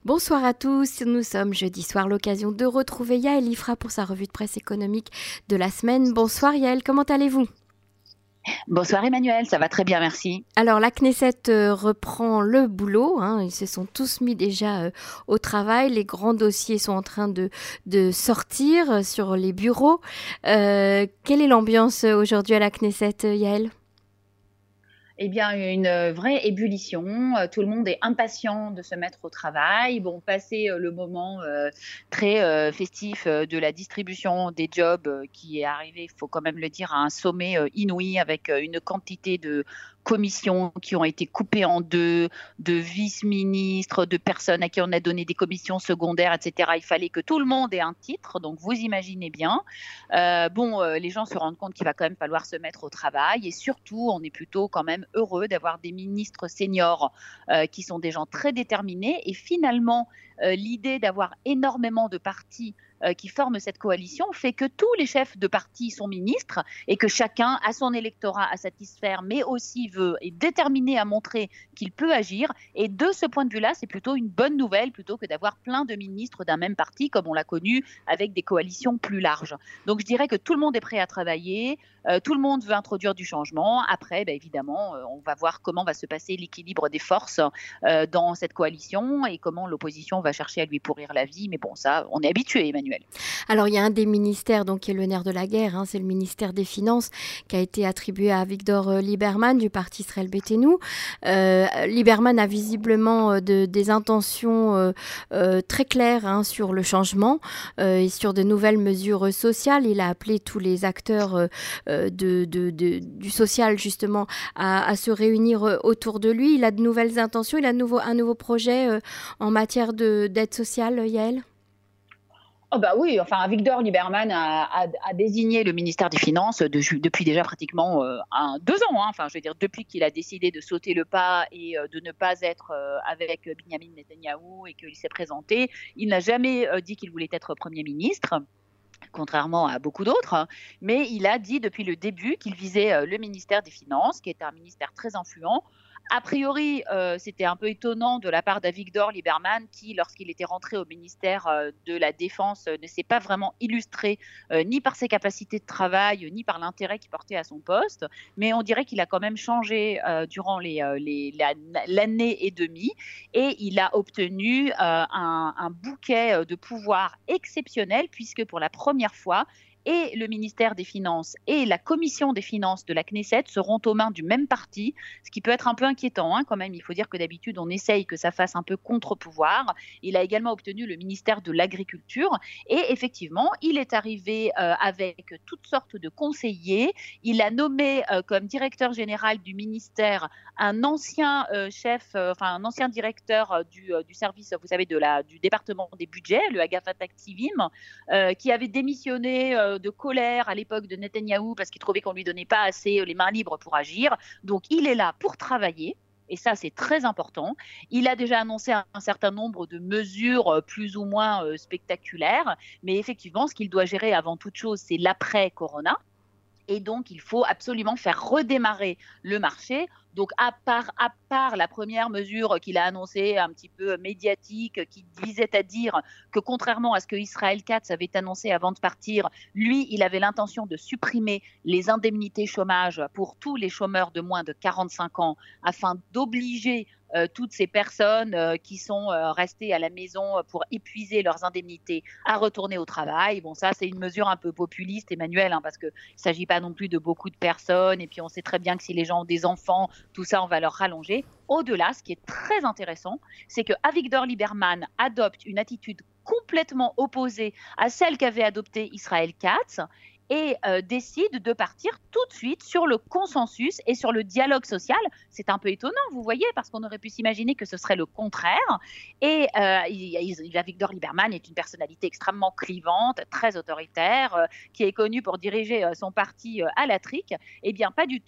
Bonsoir à tous, nous sommes jeudi soir, l'occasion de retrouver Yael Ifra pour sa revue de presse économique de la semaine. Bonsoir Yael, comment allez-vous? Bonsoir Emmanuel, ça va très bien, merci. Alors la Knesset reprend le boulot, ils se sont tous mis déjà au travail, les grands dossiers sont en train de sortir sur les bureaux. Quelle est l'ambiance aujourd'hui à la Knesset, Yael? Eh bien, une vraie ébullition. Tout le monde est impatient de se mettre au travail. Bon, passé le moment très festif de la distribution des jobs qui est arrivé, il faut quand même le dire, à un sommet inouï avec une quantité de commissions qui ont été coupées en deux, de vice-ministres, de personnes à qui on a donné des commissions secondaires, etc. Il fallait que tout le monde ait un titre, donc vous imaginez bien. Les gens se rendent compte qu'il va quand même falloir se mettre au travail et surtout, on est plutôt quand même heureux d'avoir des ministres seniors qui sont des gens très déterminés et finalement, l'idée d'avoir énormément de partis qui forment cette coalition fait que tous les chefs de parti sont ministres et que chacun a son électorat à satisfaire, mais aussi est déterminé à montrer qu'il peut agir. Et de ce point de vue-là, c'est plutôt une bonne nouvelle plutôt que d'avoir plein de ministres d'un même parti, comme on l'a connu avec des coalitions plus larges. Donc je dirais que tout le monde est prêt à travailler, tout le monde veut introduire du changement. Après, évidemment, on va voir comment va se passer l'équilibre des forces dans cette coalition et comment l'opposition va chercher à lui pourrir la vie. Mais bon, ça, on est habitué, Emmanuel. Alors il y a un des ministères qui est le nerf de la guerre, c'est le ministère des Finances qui a été attribué à Avigdor Lieberman du parti Israël Beitenou. Lieberman a visiblement des intentions très claires sur le changement et sur de nouvelles mesures sociales. Il a appelé tous les acteurs du social justement à se réunir autour de lui. Il a de nouvelles intentions, il a un nouveau projet en matière d'aide sociale, Yael? Oh bah oui, enfin Victor Lieberman a désigné le ministère des Finances depuis déjà pratiquement 2 ans. Enfin, je veux dire, depuis qu'il a décidé de sauter le pas et de ne pas être avec Binyamin Netanyahou et qu'il s'est présenté, il n'a jamais dit qu'il voulait être Premier ministre contrairement à beaucoup d'autres, hein, mais il a dit depuis le début qu'il visait le ministère des Finances, qui est un ministère très influent. A priori, c'était un peu étonnant de la part d'Avigdor Lieberman, qui, lorsqu'il était rentré au ministère de la Défense, ne s'est pas vraiment illustré ni par ses capacités de travail, ni par l'intérêt qu'il portait à son poste. Mais on dirait qu'il a quand même changé durant l'année et demie et il a obtenu un bouquet de pouvoirs exceptionnels puisque pour la première fois, et le ministère des Finances et la commission des finances de la Knesset seront aux mains du même parti, ce qui peut être un peu inquiétant quand même. Il faut dire que d'habitude, on essaye que ça fasse un peu contre-pouvoir. Il a également obtenu le ministère de l'Agriculture et effectivement, il est arrivé avec toutes sortes de conseillers. Il a nommé comme directeur général du ministère un ancien un ancien directeur du service, vous savez, du département des budgets, le Agafat Activim, qui avait démissionné de colère à l'époque de Netanyahou parce qu'il trouvait qu'on lui donnait pas assez les mains libres pour agir. Donc il est là pour travailler. Et ça, c'est très important. Il a déjà annoncé un certain nombre de mesures plus ou moins spectaculaires. Mais effectivement, ce qu'il doit gérer avant toute chose, c'est l'après-Corona. Et donc, il faut absolument faire redémarrer le marché. Donc, à part la première mesure qu'il a annoncée, un petit peu médiatique, qui visait à dire que contrairement à ce que Israël Katz avait annoncé avant de partir, lui, il avait l'intention de supprimer les indemnités chômage pour tous les chômeurs de moins de 45 ans afin d'obliger toutes ces personnes qui sont restées à la maison pour épuiser leurs indemnités à retourner au travail. Bon, ça, c'est une mesure un peu populiste, Emmanuel, parce qu'il ne s'agit pas non plus de beaucoup de personnes. Et puis, on sait très bien que si les gens ont des enfants, tout ça, on va leur rallonger. Au-delà, ce qui est très intéressant, c'est que Avigdor Lieberman adopte une attitude complètement opposée à celle qu'avait adoptée Israël Katz et décide de partir tout de suite sur le consensus et sur le dialogue social. C'est un peu étonnant, vous voyez, parce qu'on aurait pu s'imaginer que ce serait le contraire. Et Avigdor Lieberman est une personnalité extrêmement clivante, très autoritaire, qui est connue pour diriger son parti à la trique. Eh bien, pas du tout.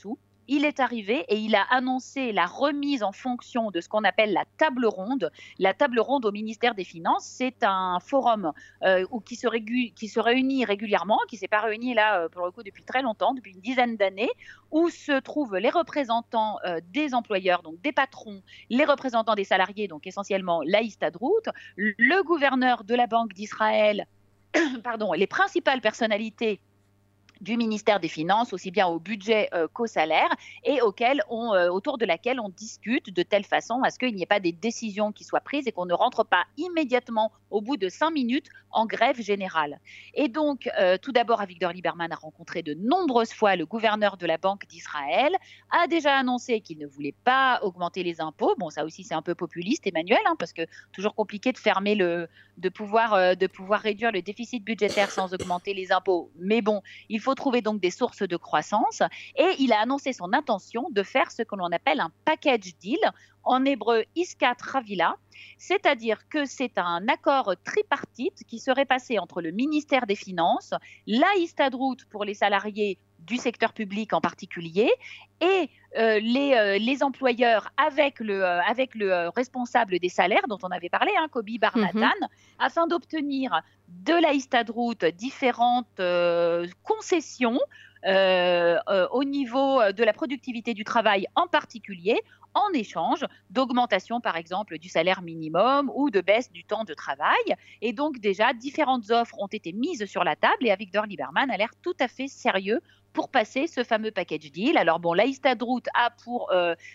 il est arrivé et il a annoncé la remise en fonction de ce qu'on appelle la table ronde. La table ronde au ministère des Finances, c'est un forum qui se réunit régulièrement, qui ne s'est pas réuni là pour le coup depuis très longtemps, depuis une dizaine d'années, où se trouvent les représentants des employeurs, donc des patrons, les représentants des salariés, donc essentiellement la Histadrout, le gouverneur de la Banque d'Israël, pardon, les principales personnalités du ministère des Finances, aussi bien au budget qu'au salaire, et autour de laquelle on discute de telle façon à ce qu'il n'y ait pas des décisions qui soient prises et qu'on ne rentre pas immédiatement au bout de 5 minutes en grève générale. Et donc, tout d'abord, Avigdor Lieberman a rencontré de nombreuses fois le gouverneur de la Banque d'Israël, a déjà annoncé qu'il ne voulait pas augmenter les impôts. Bon, ça aussi, c'est un peu populiste, Emmanuel, parce que toujours compliqué de pouvoir réduire le déficit budgétaire sans augmenter les impôts. Mais bon, il faut trouver donc des sources de croissance et il a annoncé son intention de faire ce que l'on appelle un package deal, en hébreu Iskat Ravila, c'est-à-dire que c'est un accord tripartite qui serait passé entre le ministère des Finances, la Histadrout pour les salariés du secteur public en particulier, et les employeurs avec le responsable des salaires dont on avait parlé, Kobi Bar-Natan, afin d'obtenir de la Histadrout différentes concessions au niveau de la productivité du travail en particulier, en échange d'augmentation, par exemple, du salaire minimum ou de baisse du temps de travail. Et donc, déjà, différentes offres ont été mises sur la table et Avigdor Lieberman a l'air tout à fait sérieux pour passer ce fameux package deal. Alors bon, la Histadrout a pour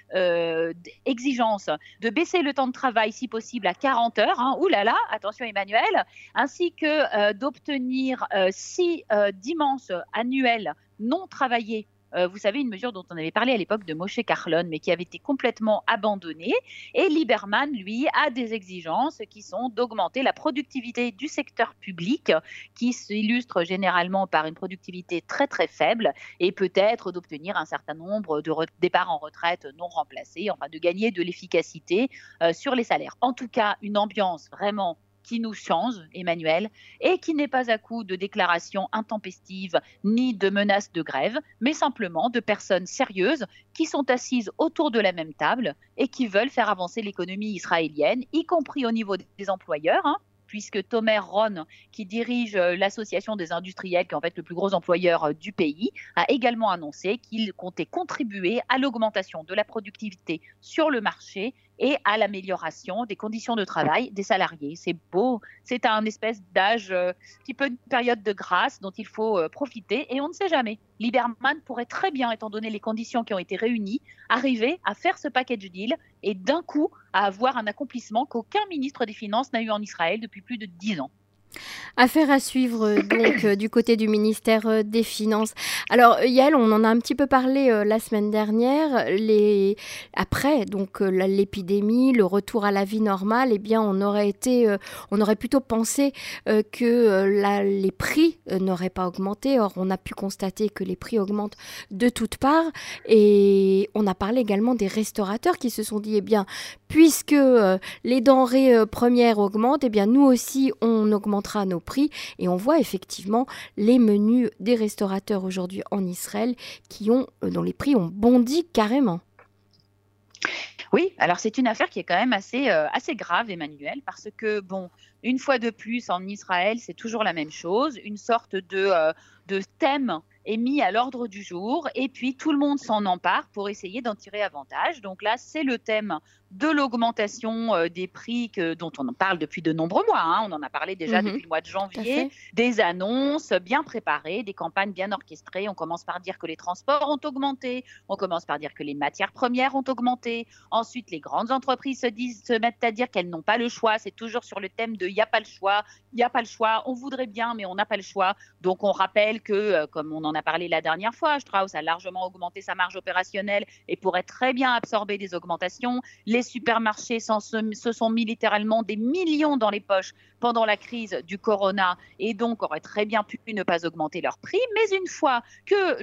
exigence de baisser le temps de travail, si possible, à 40 heures. Ouh là là, attention Emmanuel, ainsi que d'obtenir 6 dimanches annuels non travaillés. Vous savez, une mesure dont on avait parlé à l'époque de Moshe Carlon, mais qui avait été complètement abandonnée. Et Lieberman, lui, a des exigences qui sont d'augmenter la productivité du secteur public, qui s'illustre généralement par une productivité très très faible, et peut-être d'obtenir un certain nombre de départs en retraite non remplacés, enfin de gagner de l'efficacité sur les salaires. En tout cas, une ambiance vraiment qui nous change, Emmanuel, et qui n'est pas à coup de déclarations intempestives ni de menaces de grève, mais simplement de personnes sérieuses qui sont assises autour de la même table et qui veulent faire avancer l'économie israélienne, y compris au niveau des employeurs, puisque Tomer Ron, qui dirige l'association des industriels, qui est en fait le plus gros employeur du pays, a également annoncé qu'il comptait contribuer à l'augmentation de la productivité sur le marché et à l'amélioration des conditions de travail des salariés. C'est beau, c'est un espèce d'âge, petit peu une période de grâce dont il faut profiter et on ne sait jamais. Lieberman pourrait très bien, étant donné les conditions qui ont été réunies, arriver à faire ce package deal et d'un coup à avoir un accomplissement qu'aucun ministre des Finances n'a eu en Israël depuis plus de 10 ans. Affaire à suivre donc du côté du ministère des Finances. Alors Yael, on en a un petit peu parlé la semaine dernière. Après donc l'épidémie, le retour à la vie normale, eh bien on aurait plutôt pensé que les prix n'auraient pas augmenté. Or on a pu constater que les prix augmentent de toutes parts. Et on a parlé également des restaurateurs qui se sont dit eh bien puisque les denrées premières augmentent, eh bien nous aussi on augmentera nos prix, et on voit effectivement les menus des restaurateurs aujourd'hui en Israël dont les prix ont bondi carrément. Oui, alors c'est une affaire qui est quand même assez grave, Emmanuel, parce que, bon, une fois de plus, en Israël, c'est toujours la même chose, une sorte de thème est mis à l'ordre du jour et puis tout le monde s'en empare pour essayer d'en tirer avantage. Donc là, c'est le thème de l'augmentation des prix dont on en parle depuis de nombreux mois. On en a parlé déjà depuis le mois de janvier, des annonces bien préparées, des campagnes bien orchestrées. On commence par dire que les transports ont augmenté, on commence par dire que les matières premières ont augmenté. Ensuite, les grandes entreprises se mettent à dire qu'elles n'ont pas le choix. C'est toujours sur le thème de « il n'y a pas le choix ». Il n'y a pas le choix, on voudrait bien, mais on n'a pas le choix. Donc, on rappelle que, comme on en a parlé la dernière fois, Strauss a largement augmenté sa marge opérationnelle et pourrait très bien absorber des augmentations. Les supermarchés se sont mis littéralement des millions dans les poches pendant la crise du corona et donc auraient très bien pu ne pas augmenter leurs prix. Mais une fois que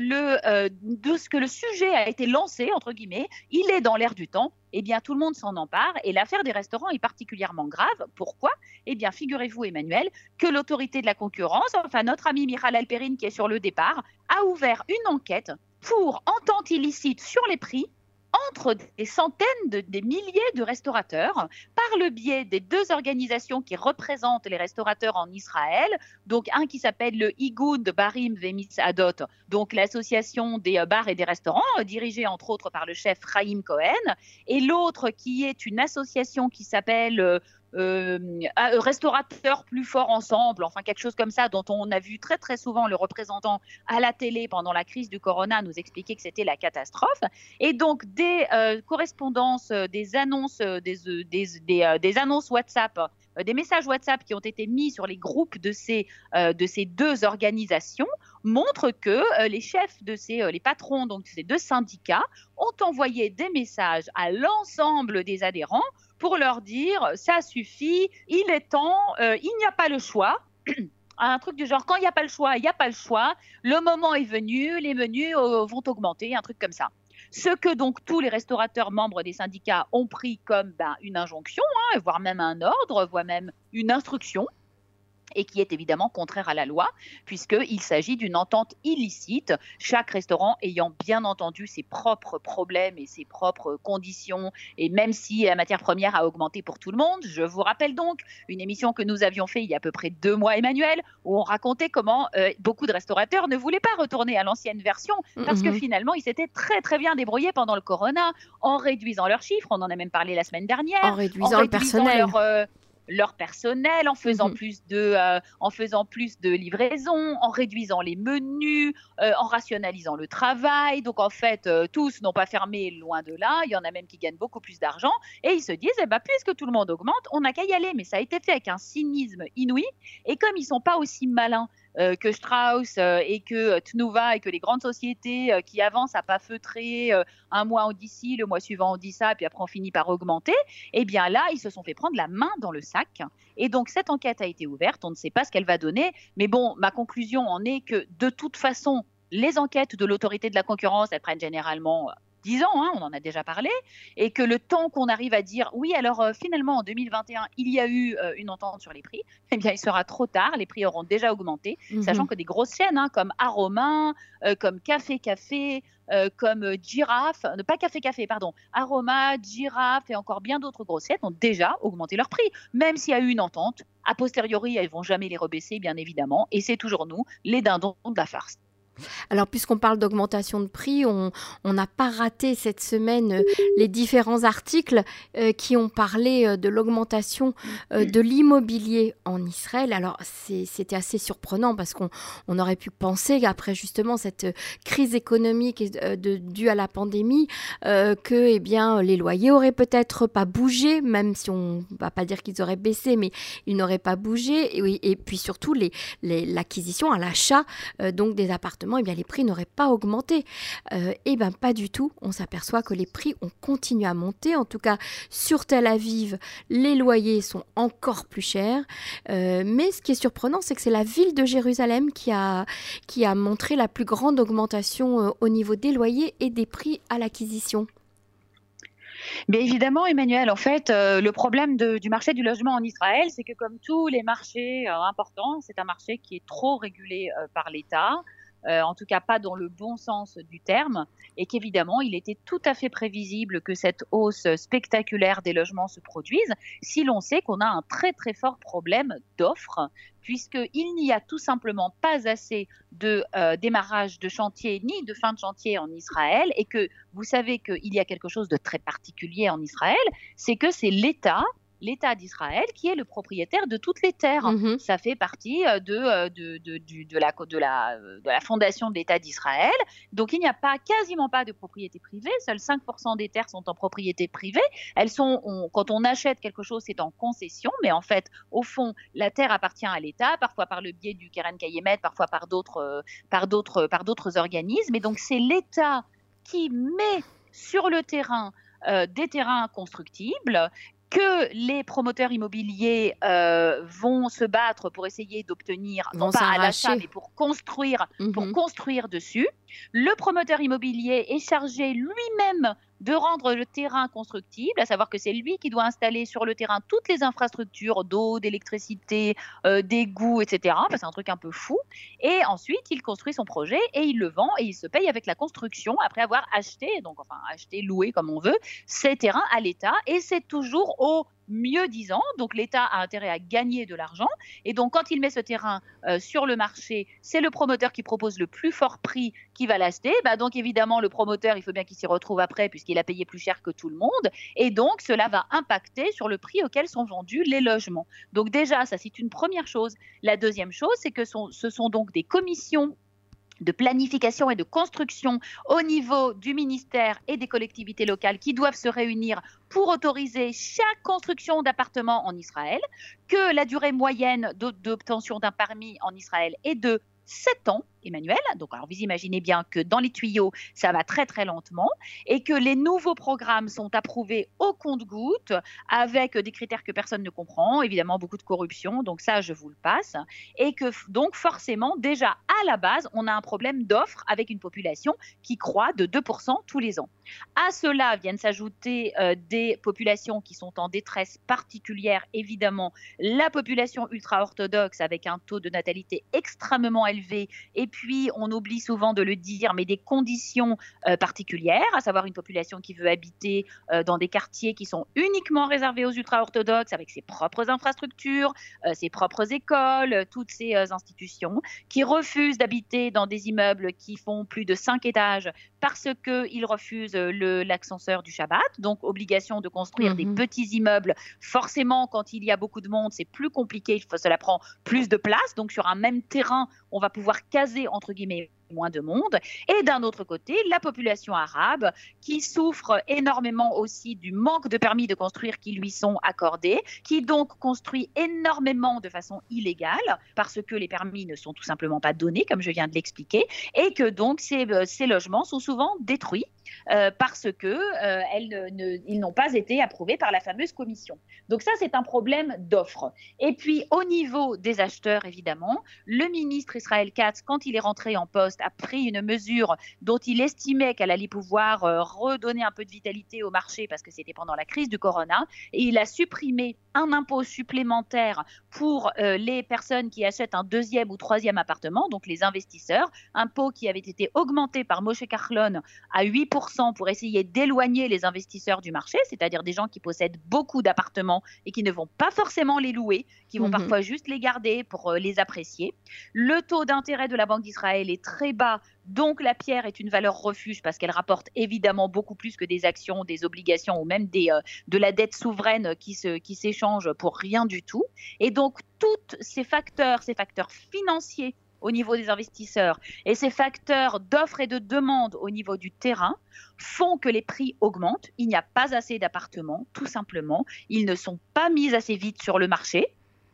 le sujet a été lancé, entre guillemets, il est dans l'air du temps, eh bien, tout le monde s'en empare et l'affaire des restaurants est particulièrement grave. Pourquoi ? Eh bien, figurez-vous, Emmanuel, que l'autorité de la concurrence, enfin notre ami Michal Alperin qui est sur le départ, a ouvert une enquête pour entente illicite sur les prix entre des centaines, des milliers de restaurateurs par le biais des deux organisations qui représentent les restaurateurs en Israël. Donc, un qui s'appelle le Igoud Barim Vemissadot, donc l'association des bars et des restaurants, dirigée entre autres par le chef Chaim Cohen, et l'autre qui est une association qui s'appelle restaurateurs plus forts ensemble, enfin quelque chose comme ça, dont on a vu très très souvent le représentant à la télé pendant la crise du corona nous expliquer que c'était la catastrophe. Et donc des correspondances, des annonces, des annonces WhatsApp, des messages WhatsApp qui ont été mis sur les groupes de ces deux organisations montrent que les chefs les patrons donc de ces deux syndicats ont envoyé des messages à l'ensemble des adhérents pour leur dire ça suffit, il est temps, il n'y a pas le choix. Un truc du genre, quand il n'y a pas le choix, il n'y a pas le choix, le moment est venu, les menus vont augmenter, un truc comme ça. Ce que donc tous les restaurateurs membres des syndicats ont pris comme une injonction, voire même un ordre, voire même une instruction, et qui est évidemment contraire à la loi, puisqu'il s'agit d'une entente illicite, chaque restaurant ayant bien entendu ses propres problèmes et ses propres conditions, et même si la matière première a augmenté pour tout le monde. Je vous rappelle donc une émission que nous avions fait il y a à peu près 2 mois, Emmanuel, où on racontait comment beaucoup de restaurateurs ne voulaient pas retourner à l'ancienne version, parce que finalement, ils s'étaient très très bien débrouillés pendant le corona, en réduisant leurs chiffres, on en a même parlé la semaine dernière, en réduisant le personnel. Leur personnel, en faisant plus de livraison, en réduisant les menus, en rationalisant le travail. Donc en fait, tous n'ont pas fermé, loin de là. Il y en a même qui gagnent beaucoup plus d'argent. Et ils se disent, puisque tout le monde augmente, on n'a qu'à y aller. Mais ça a été fait avec un cynisme inouï. Et comme ils ne sont pas aussi malins que Strauss et que Tnuva et que les grandes sociétés qui avancent à pas feutrer, un mois on dit ci, le mois suivant on dit ça, puis après on finit par augmenter, eh bien là, ils se sont fait prendre la main dans le sac. Et donc cette enquête a été ouverte, on ne sait pas ce qu'elle va donner, mais bon, ma conclusion en est que de toute façon, les enquêtes de l'autorité de la concurrence, elles prennent généralement 10 ans, on en a déjà parlé, et que le temps qu'on arrive à dire oui, alors finalement en 2021, il y a eu une entente sur les prix, eh bien il sera trop tard, les prix auront déjà augmenté, sachant que des grosses chaînes comme Aroma, comme Café Café, comme Girafe, pas Café Café, pardon, Aroma, Girafe et encore bien d'autres grosses chaînes ont déjà augmenté leurs prix, même s'il y a eu une entente. A posteriori, elles ne vont jamais les rebaisser, bien évidemment, et c'est toujours nous, les dindons de la farce. Alors, puisqu'on parle d'augmentation de prix, on n'a pas raté cette semaine les différents articles qui ont parlé de l'augmentation de l'immobilier en Israël. Alors, c'était assez surprenant parce qu'on aurait pu penser qu'après justement cette crise économique due à la pandémie, que les loyers auraient peut-être pas bougé, même si on ne va pas dire qu'ils auraient baissé, mais ils n'auraient pas bougé. Et puis surtout, l'acquisition, à l'achat donc des appartements, les prix n'auraient pas augmenté. Pas du tout. On s'aperçoit que les prix ont continué à monter. En tout cas, sur Tel Aviv, les loyers sont encore plus chers. Mais ce qui est surprenant, c'est que c'est la ville de Jérusalem qui a montré la plus grande augmentation au niveau des loyers et des prix à l'acquisition. Mais évidemment, Emmanuel, en fait, le problème du marché du logement en Israël, c'est que comme tous les marchés importants, c'est un marché qui est trop régulé par l'État. En tout cas pas dans le bon sens du terme, et qu'évidemment, il était tout à fait prévisible que cette hausse spectaculaire des logements se produise, si l'on sait qu'on a un très très fort problème d'offres, puisqu'il n'y a tout simplement pas assez de démarrage de chantier ni de fin de chantier en Israël, et que vous savez qu'il y a quelque chose de très particulier en Israël, c'est que c'est l'État d'Israël qui est le propriétaire de toutes les terres. Ça fait partie de la fondation de l'État d'Israël. Donc, il n'y a quasiment pas de propriété privée. Seuls 5% des terres sont en propriété privée. Quand on achète quelque chose, c'est en concession. Mais en fait, au fond, la terre appartient à l'État, parfois par le biais du Keren Kayemet, parfois par d'autres organismes. Et donc, c'est l'État qui met sur le terrain des terrains constructibles que les promoteurs immobiliers vont se battre pour essayer d'obtenir, non pas à l'achat, mais pour construire dessus. Le promoteur immobilier est chargé lui-même de rendre le terrain constructible, à savoir que c'est lui qui doit installer sur le terrain toutes les infrastructures d'eau, d'électricité, d'égouts, etc. Enfin, c'est un truc un peu fou. Et ensuite, il construit son projet et il le vend et il se paye avec la construction après avoir acheté, donc enfin acheté, loué comme on veut, ces terrains à l'État. Et c'est toujours au mieux disant, donc l'État a intérêt à gagner de l'argent, et donc quand il met ce terrain sur le marché, c'est le promoteur qui propose le plus fort prix qui va l'acheter, donc évidemment le promoteur, il faut bien qu'il s'y retrouve après puisqu'il a payé plus cher que tout le monde, et donc cela va impacter sur le prix auquel sont vendus les logements. Donc déjà, ça c'est une première chose. La deuxième chose, c'est que ce sont donc des commissions de planification et de construction au niveau du ministère et des collectivités locales qui doivent se réunir pour autoriser chaque construction d'appartements en Israël, que la durée moyenne d'obtention d'un permis en Israël est de 7 ans, Emmanuel. Donc, alors, vous imaginez bien que dans les tuyaux, ça va très, très lentement et que les nouveaux programmes sont approuvés au compte-gouttes avec des critères que personne ne comprend, évidemment beaucoup de corruption, donc ça, je vous le passe. Et que donc, forcément, déjà à la base, on a un problème d'offre avec une population qui croît de 2% tous les ans. À cela viennent s'ajouter des populations qui sont en détresse particulière, évidemment, la population ultra-orthodoxe avec un taux de natalité extrêmement élevé, et puis on oublie souvent de le dire, mais des conditions particulières, à savoir une population qui veut habiter dans des quartiers qui sont uniquement réservés aux ultra-orthodoxes, avec ses propres infrastructures, ses propres écoles, toutes ces institutions, qui refusent d'habiter dans des immeubles qui font plus de 5 étages parce qu'ils refusent l'ascenseur du Shabbat, donc obligation de construire des petits immeubles. Forcément, quand il y a beaucoup de monde, c'est plus compliqué, cela prend plus de place, donc sur un même terrain, on va pouvoir caser, entre guillemets, moins de monde. Et d'un autre côté, la population arabe qui souffre énormément aussi du manque de permis de construire qui lui sont accordés, qui donc construit énormément de façon illégale parce que les permis ne sont tout simplement pas donnés, comme je viens de l'expliquer, et que donc ces logements sont souvent détruits parce qu'ils n'ont pas été approuvés par la fameuse commission. Donc ça, c'est un problème d'offre. Et puis, au niveau des acheteurs, évidemment, le ministre Israël Katz, quand il est rentré en poste, a pris une mesure dont il estimait qu'elle allait pouvoir redonner un peu de vitalité au marché parce que c'était pendant la crise du corona, et il a supprimé un impôt supplémentaire pour les personnes qui achètent un deuxième ou troisième appartement, donc les investisseurs, impôt qui avait été augmenté par Moshe Kahlon à 8% pour essayer d'éloigner les investisseurs du marché, c'est-à-dire des gens qui possèdent beaucoup d'appartements et qui ne vont pas forcément les louer, qui vont parfois juste les garder pour les apprécier. Le taux d'intérêt de la Banque d'Israël est très bas, donc la pierre est une valeur refuge parce qu'elle rapporte évidemment beaucoup plus que des actions, des obligations ou même de la dette souveraine qui s'échange pour rien du tout. Et donc tous ces facteurs financiers au niveau des investisseurs et ces facteurs d'offre et de demande au niveau du terrain font que les prix augmentent. Il n'y a pas assez d'appartements, tout simplement. Ils ne sont pas mis assez vite sur le marché.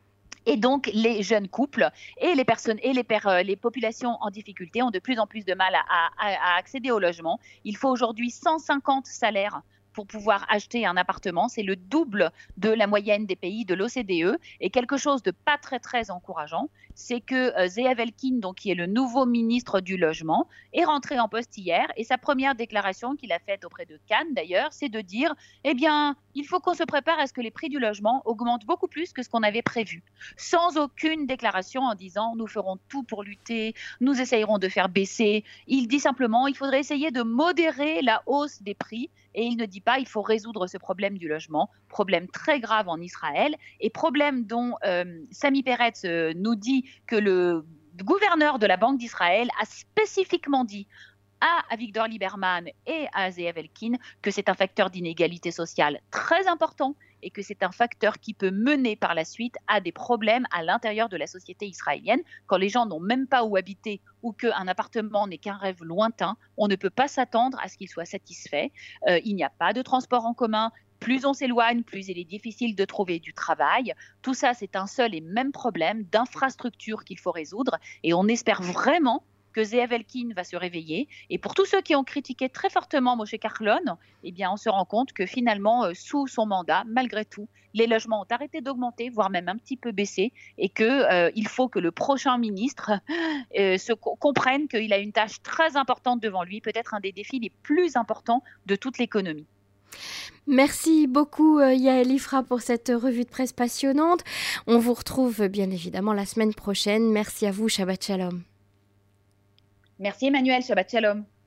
Et donc, les jeunes couples et les personnes et les populations en difficulté ont de plus en plus de mal à accéder au logement. Il faut aujourd'hui 150 salaires pour pouvoir acheter un appartement. C'est le double de la moyenne des pays de l'OCDE. Et quelque chose de pas très, très encourageant, c'est que Zeev Elkin, donc, qui est le nouveau ministre du Logement, est rentré en poste hier. Et sa première déclaration qu'il a faite auprès de Cannes, d'ailleurs, c'est de dire « Eh bien, il faut qu'on se prépare à ce que les prix du logement augmentent beaucoup plus que ce qu'on avait prévu. » Sans aucune déclaration en disant « Nous ferons tout pour lutter, nous essayerons de faire baisser. » Il dit simplement « Il faudrait essayer de modérer la hausse des prix. » Et il ne dit pas il faut résoudre ce problème du logement, problème très grave en Israël et problème dont Sami Peretz nous dit que le gouverneur de la Banque d'Israël a spécifiquement dit à Avigdor Lieberman et à Zeev Elkin que c'est un facteur d'inégalité sociale très important et que c'est un facteur qui peut mener par la suite à des problèmes à l'intérieur de la société israélienne. Quand les gens n'ont même pas où habiter ou qu'un appartement n'est qu'un rêve lointain, on ne peut pas s'attendre à ce qu'il soit satisfait. Il n'y a pas de transport en commun. Plus on s'éloigne, plus il est difficile de trouver du travail. Tout ça, c'est un seul et même problème d'infrastructure qu'il faut résoudre. Et on espère vraiment que Zeev Elkin va se réveiller. Et pour tous ceux qui ont critiqué très fortement Moshe Kahlon, eh bien, on se rend compte que finalement, sous son mandat, malgré tout, les logements ont arrêté d'augmenter, voire même un petit peu baissé, et qu'il faut que le prochain ministre comprenne qu'il a une tâche très importante devant lui, peut-être un des défis les plus importants de toute l'économie. Merci beaucoup Yael Ifra pour cette revue de presse passionnante. On vous retrouve bien évidemment la semaine prochaine. Merci à vous, Shabbat Shalom. Merci Emmanuel, Shabbat Shalom.